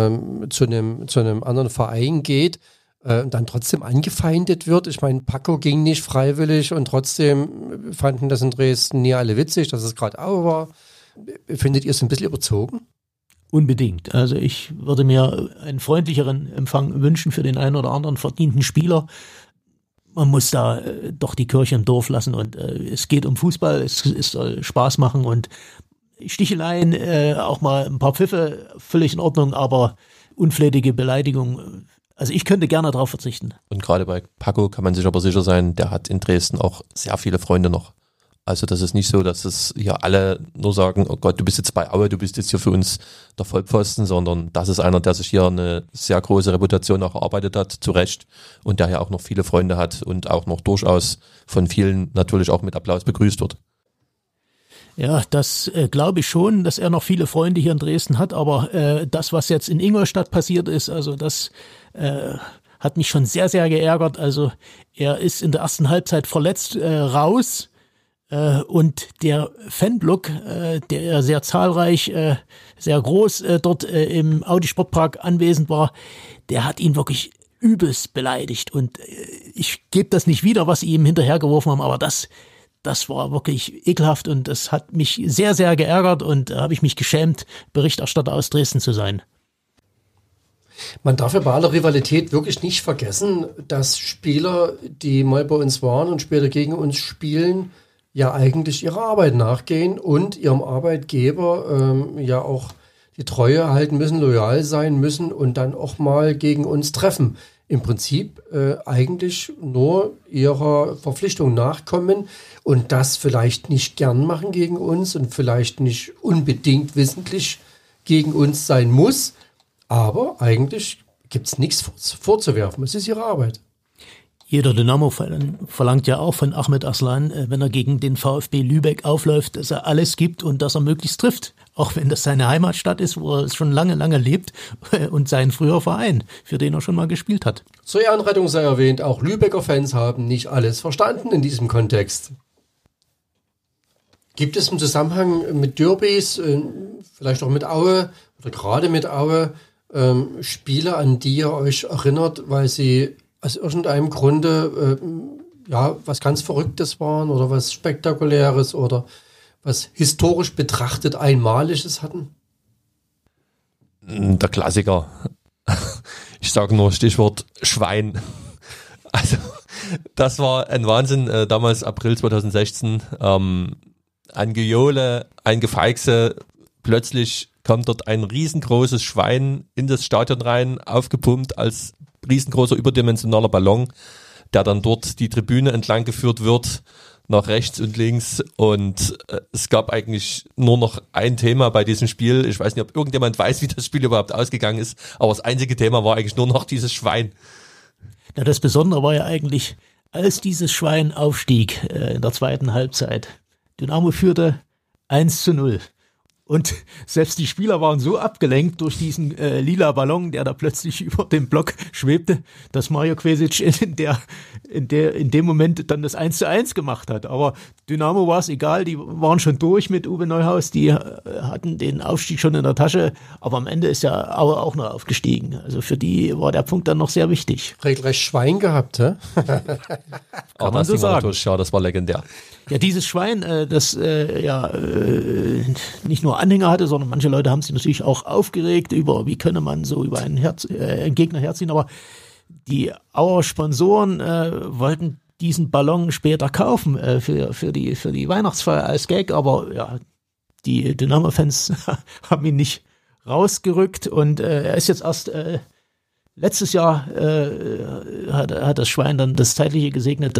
einem anderen Verein geht, und dann trotzdem angefeindet wird? Ich meine, Paco ging nicht freiwillig und trotzdem fanden das in Dresden nie alle witzig, dass es gerade Aue war. Findet ihr es ein bisschen überzogen? Unbedingt. Also ich würde mir einen freundlicheren Empfang wünschen für den einen oder anderen verdienten Spieler. Man muss da doch die Kirche im Dorf lassen, und es geht um Fußball, es soll Spaß machen, und Sticheleien, auch mal ein paar Pfiffe, völlig in Ordnung, aber unflätige Beleidigung, also ich könnte gerne darauf verzichten. Und gerade bei Paco kann man sich aber sicher sein, der hat in Dresden auch sehr viele Freunde noch. Also das ist nicht so, dass es hier alle nur sagen, oh Gott, du bist jetzt bei Aue, du bist jetzt hier für uns der Vollpfosten, sondern das ist einer, der sich hier eine sehr große Reputation auch erarbeitet hat, zu Recht, und der ja auch noch viele Freunde hat und auch noch durchaus von vielen natürlich auch mit Applaus begrüßt wird. Ja, das glaube ich schon, dass er noch viele Freunde hier in Dresden hat, aber das, was jetzt in Ingolstadt passiert ist, also das hat mich schon sehr, sehr geärgert. Also er ist in der ersten Halbzeit verletzt raus, und der Fanblock, der sehr zahlreich, sehr groß dort im Audi Sportpark anwesend war, der hat ihn wirklich übelst beleidigt, und ich gebe das nicht wieder, was sie ihm hinterhergeworfen haben, aber das war wirklich ekelhaft, und das hat mich sehr, sehr geärgert, und da habe ich mich geschämt, Berichterstatter aus Dresden zu sein. Man darf ja bei aller Rivalität wirklich nicht vergessen, dass Spieler, die mal bei uns waren und später gegen uns spielen, ja eigentlich ihrer Arbeit nachgehen und ihrem Arbeitgeber ja auch die Treue halten müssen, loyal sein müssen und dann auch mal gegen uns treffen. Im Prinzip eigentlich nur ihrer Verpflichtung nachkommen und das vielleicht nicht gern machen gegen uns und vielleicht nicht unbedingt wissentlich gegen uns sein muss, aber eigentlich gibt es nichts vorzuwerfen. Es ist ihre Arbeit. Jeder Dynamo-Fan verlangt ja auch von Ahmed Arslan, wenn er gegen den VfB Lübeck aufläuft, dass er alles gibt und dass er möglichst trifft. Auch wenn das seine Heimatstadt ist, wo er schon lange, lange lebt und sein früher Verein, für den er schon mal gespielt hat. Zur Ehrenrettung sei erwähnt, auch Lübecker Fans haben nicht alles verstanden in diesem Kontext. Gibt es im Zusammenhang mit Derbys, vielleicht auch mit Aue oder gerade mit Aue, Spiele, an die ihr euch erinnert, weil sie aus irgendeinem Grunde was ganz Verrücktes waren oder was Spektakuläres oder was historisch betrachtet Einmaliges hatten? Der Klassiker. Ich sage nur Stichwort Schwein. Also das war ein Wahnsinn. Damals April 2016. Ein Gejohle, ein Gefeixe. Plötzlich kommt dort ein riesengroßes Schwein in das Stadion rein, aufgepumpt als riesengroßer überdimensionaler Ballon, der dann dort die Tribüne entlang geführt wird, nach rechts und links, und es gab eigentlich nur noch ein Thema bei diesem Spiel. Ich weiß nicht, ob irgendjemand weiß, wie das Spiel überhaupt ausgegangen ist, aber das einzige Thema war eigentlich nur noch dieses Schwein. Ja, das Besondere war ja eigentlich, als dieses Schwein aufstieg in der zweiten Halbzeit. Dynamo führte 1:0. Und selbst die Spieler waren so abgelenkt durch diesen lila Ballon, der da plötzlich über dem Block schwebte, dass Mario Kvesic in dem Moment dann das 1:1 gemacht hat. Aber Dynamo war es egal, die waren schon durch mit Uwe Neuhaus, die hatten den Aufstieg schon in der Tasche, aber am Ende ist ja Aue auch noch aufgestiegen. Also für die war der Punkt dann noch sehr wichtig. Regelrecht Schwein gehabt, hä? Kann man so sagen. Ja, das war legendär. Ja, dieses Schwein, das nicht nur Anhänger hatte, sondern manche Leute haben sich natürlich auch aufgeregt über, wie könne man so über einen Gegner herziehen. Aber die Auer Sponsoren wollten diesen Ballon später kaufen für die Weihnachtsfeier als Gag. Aber ja, die Dynamo-Fans haben ihn nicht rausgerückt und er ist jetzt erst letztes Jahr hat das Schwein dann das Zeitliche gesegnet,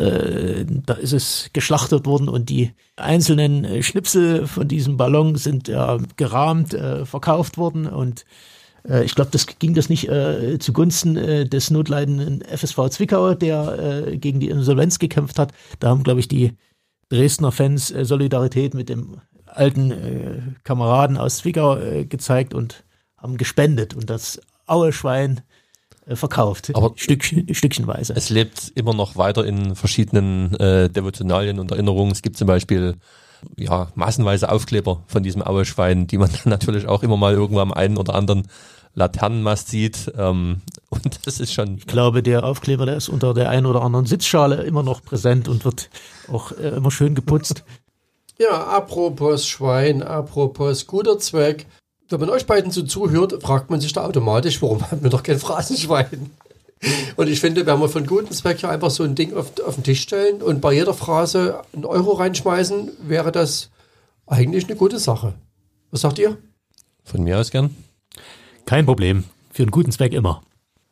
da ist es geschlachtet worden und die einzelnen Schnipsel von diesem Ballon sind gerahmt, verkauft worden und ich glaube, das ging das nicht zugunsten des notleidenden FSV Zwickau, der gegen die Insolvenz gekämpft hat. Da haben, glaube ich, die Dresdner Fans Solidarität mit dem alten Kameraden aus Zwickau gezeigt und haben gespendet und das Aue-Schwein verkauft, aber stückchenweise. Es lebt immer noch weiter in verschiedenen Devotionalien und Erinnerungen. Es gibt zum Beispiel massenweise Aufkleber von diesem Aue-Schwein, die man dann natürlich auch immer mal irgendwo am einen oder anderen Laternenmast sieht. Und das ist schon... Ich glaube, der Aufkleber, der ist unter der einen oder anderen Sitzschale immer noch präsent und wird auch immer schön geputzt. Ja, apropos Schwein, apropos guter Zweck. Wenn man euch beiden so zuhört, fragt man sich da automatisch, warum haben wir doch kein Phrasenschwein? Und ich finde, wenn wir von gutem Zweck ja einfach so ein Ding auf den Tisch stellen und bei jeder Phrase einen Euro reinschmeißen, wäre das eigentlich eine gute Sache. Was sagt ihr? Von mir aus gern. Kein Problem. Für einen guten Zweck immer.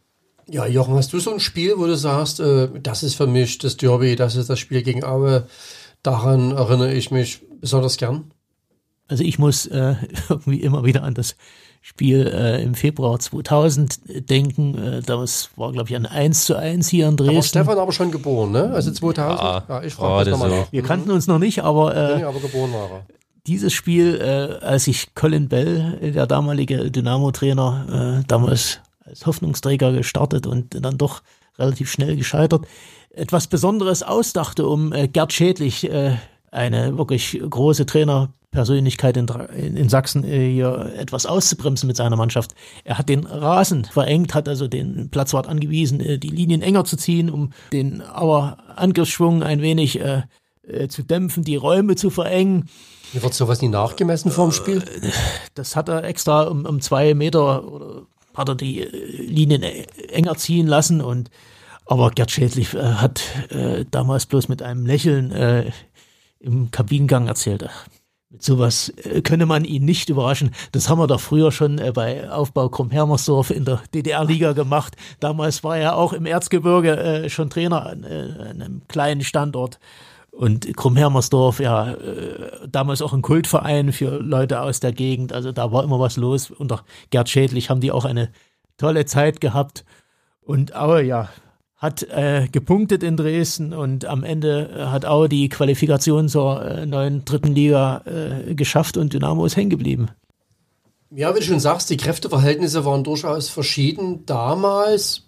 Ja, Jochen, hast du so ein Spiel, wo du sagst, das ist für mich das Derby, das ist das Spiel gegen Aue, daran erinnere ich mich besonders gern? Also ich muss irgendwie immer wieder an das Spiel im Februar 2000 denken. Das war, glaube ich, ein 1:1 hier in Dresden. Da war Stefan aber schon geboren, ne? Also 2000? Ja, ich frage das nochmal nach. Wir kannten uns noch nicht, aber geboren war er. Dieses Spiel, als sich Colin Bell, der damalige Dynamo-Trainer, damals als Hoffnungsträger gestartet und dann doch relativ schnell gescheitert, etwas Besonderes ausdachte, um Gerd Schädlich, eine wirklich große Trainerpersönlichkeit in Sachsen, hier etwas auszubremsen mit seiner Mannschaft. Er hat den Rasen verengt, hat also den Platzwart angewiesen, die Linien enger zu ziehen, um den Auer Angriffsschwung ein wenig zu dämpfen, die Räume zu verengen. Wird sowas nie nachgemessen vor dem Spiel? Das hat er extra um 2 Meter oder hat er die Linien enger ziehen lassen aber Gerd Schädlich hat damals bloß mit einem Lächeln im Kabinengang erzählt, mit sowas könne man ihn nicht überraschen. Das haben wir doch früher schon bei Aufbau Krumm-Hermersdorf in der DDR-Liga gemacht. Damals war er auch im Erzgebirge schon Trainer an einem kleinen Standort. Und Krumm-Hermersdorf, ja, damals auch ein Kultverein für Leute aus der Gegend. Also da war immer was los. Unter Gerd Schädlich haben die auch eine tolle Zeit gehabt. Und Aue, ja, hat gepunktet in Dresden und am Ende hat Aue die Qualifikation zur neuen 3. Liga geschafft und Dynamo ist hängen geblieben. Ja, wie du schon sagst, die Kräfteverhältnisse waren durchaus verschieden damals,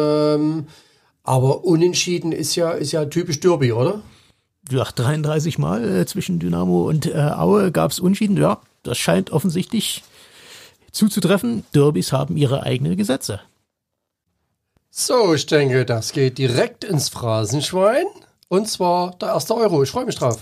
aber unentschieden ist ja typisch Derby, oder? Ja, 33 Mal zwischen Dynamo und Aue gab es Unentschieden. Ja, das scheint offensichtlich zuzutreffen. Derbys haben ihre eigenen Gesetze. So, ich denke, das geht direkt ins Phrasenschwein. Und zwar der erste Euro. Ich freue mich drauf.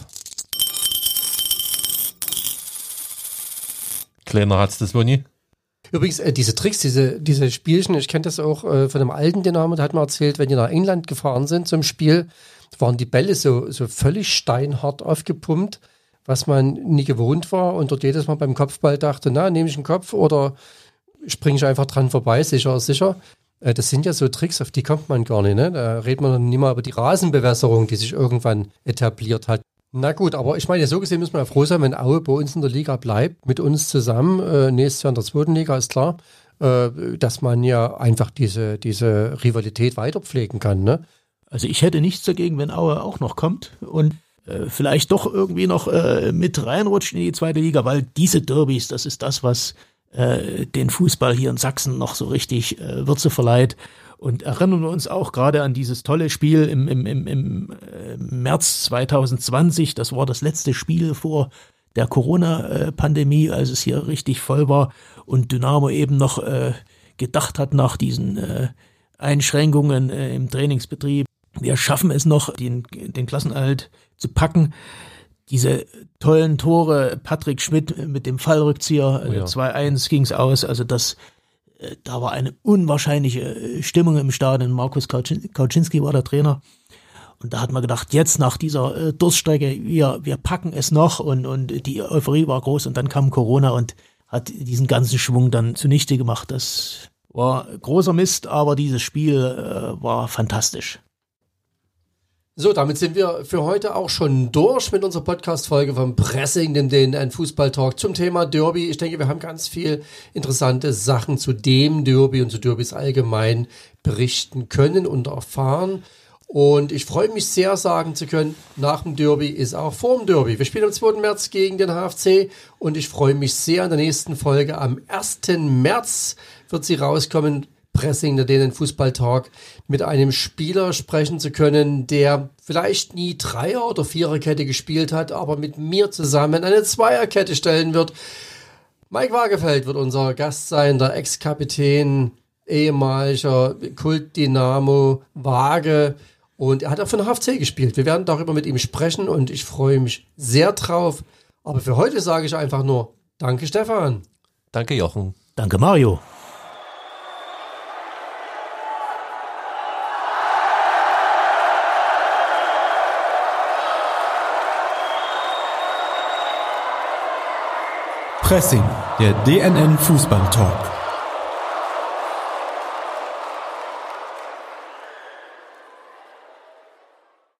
Kleiner hat's das wohl nie. Übrigens, diese Tricks, diese Spielchen, ich kenne das auch von einem alten Dynamo, der hat mir erzählt, wenn die nach England gefahren sind zum Spiel, waren die Bälle so völlig steinhart aufgepumpt, was man nie gewohnt war und dort jedes Mal beim Kopfball dachte, na, nehme ich einen Kopf oder springe ich einfach dran vorbei, sicher ist sicher. Das sind ja so Tricks, auf die kommt man gar nicht, ne? Da redet man dann nicht mal über die Rasenbewässerung, die sich irgendwann etabliert hat. Na gut, aber ich meine, so gesehen müssen wir ja froh sein, wenn Aue bei uns in der Liga bleibt, mit uns zusammen, nächstes Jahr in der 2. Liga, ist klar, dass man ja einfach diese Rivalität weiter pflegen kann, ne? Also ich hätte nichts dagegen, wenn Aue auch noch kommt und vielleicht doch irgendwie noch mit reinrutscht in die 2. Liga, weil diese Derbys, das ist das, was den Fußball hier in Sachsen noch so richtig Würze verleiht. Und erinnern wir uns auch gerade an dieses tolle Spiel im März 2020. Das war das letzte Spiel vor der Corona-Pandemie, als es hier richtig voll war und Dynamo eben noch gedacht hat nach diesen Einschränkungen im Trainingsbetrieb. Wir schaffen es noch, den Klassenerhalt zu packen. Diese tollen Tore, Patrick Schmidt mit dem Fallrückzieher, 2-1 ging's aus, also da war eine unwahrscheinliche Stimmung im Stadion. Markus Kauczynski war der Trainer. Und da hat man gedacht, jetzt nach dieser Durststrecke, wir packen es noch und die Euphorie war groß und dann kam Corona und hat diesen ganzen Schwung dann zunichte gemacht. Das war großer Mist, aber dieses Spiel war fantastisch. So, damit sind wir für heute auch schon durch mit unserer Podcast-Folge vom Pressing, dem DNN Fußball-Talk zum Thema Derby. Ich denke, wir haben ganz viel interessante Sachen zu dem Derby und zu Derbys allgemein berichten können und erfahren. Und ich freue mich sehr, sagen zu können, nach dem Derby ist auch vor dem Derby. Wir spielen am 2. März gegen den HFC und ich freue mich sehr, in der nächsten Folge am 1. März wird sie rauskommen, Pressing, der DNN Fußball-Talk, mit einem Spieler sprechen zu können, der vielleicht nie 3er- oder 4er-Kette gespielt hat, aber mit mir zusammen eine 2er-Kette stellen wird. Mike Wagefeld wird unser Gast sein, der Ex-Kapitän, ehemaliger Kult-Dynamo Waage, und er hat auch von der HFC gespielt. Wir werden darüber mit ihm sprechen und ich freue mich sehr drauf. Aber für heute sage ich einfach nur, danke Stefan. Danke Jochen. Danke Mario. Pressing, der DNN Fußball Talk.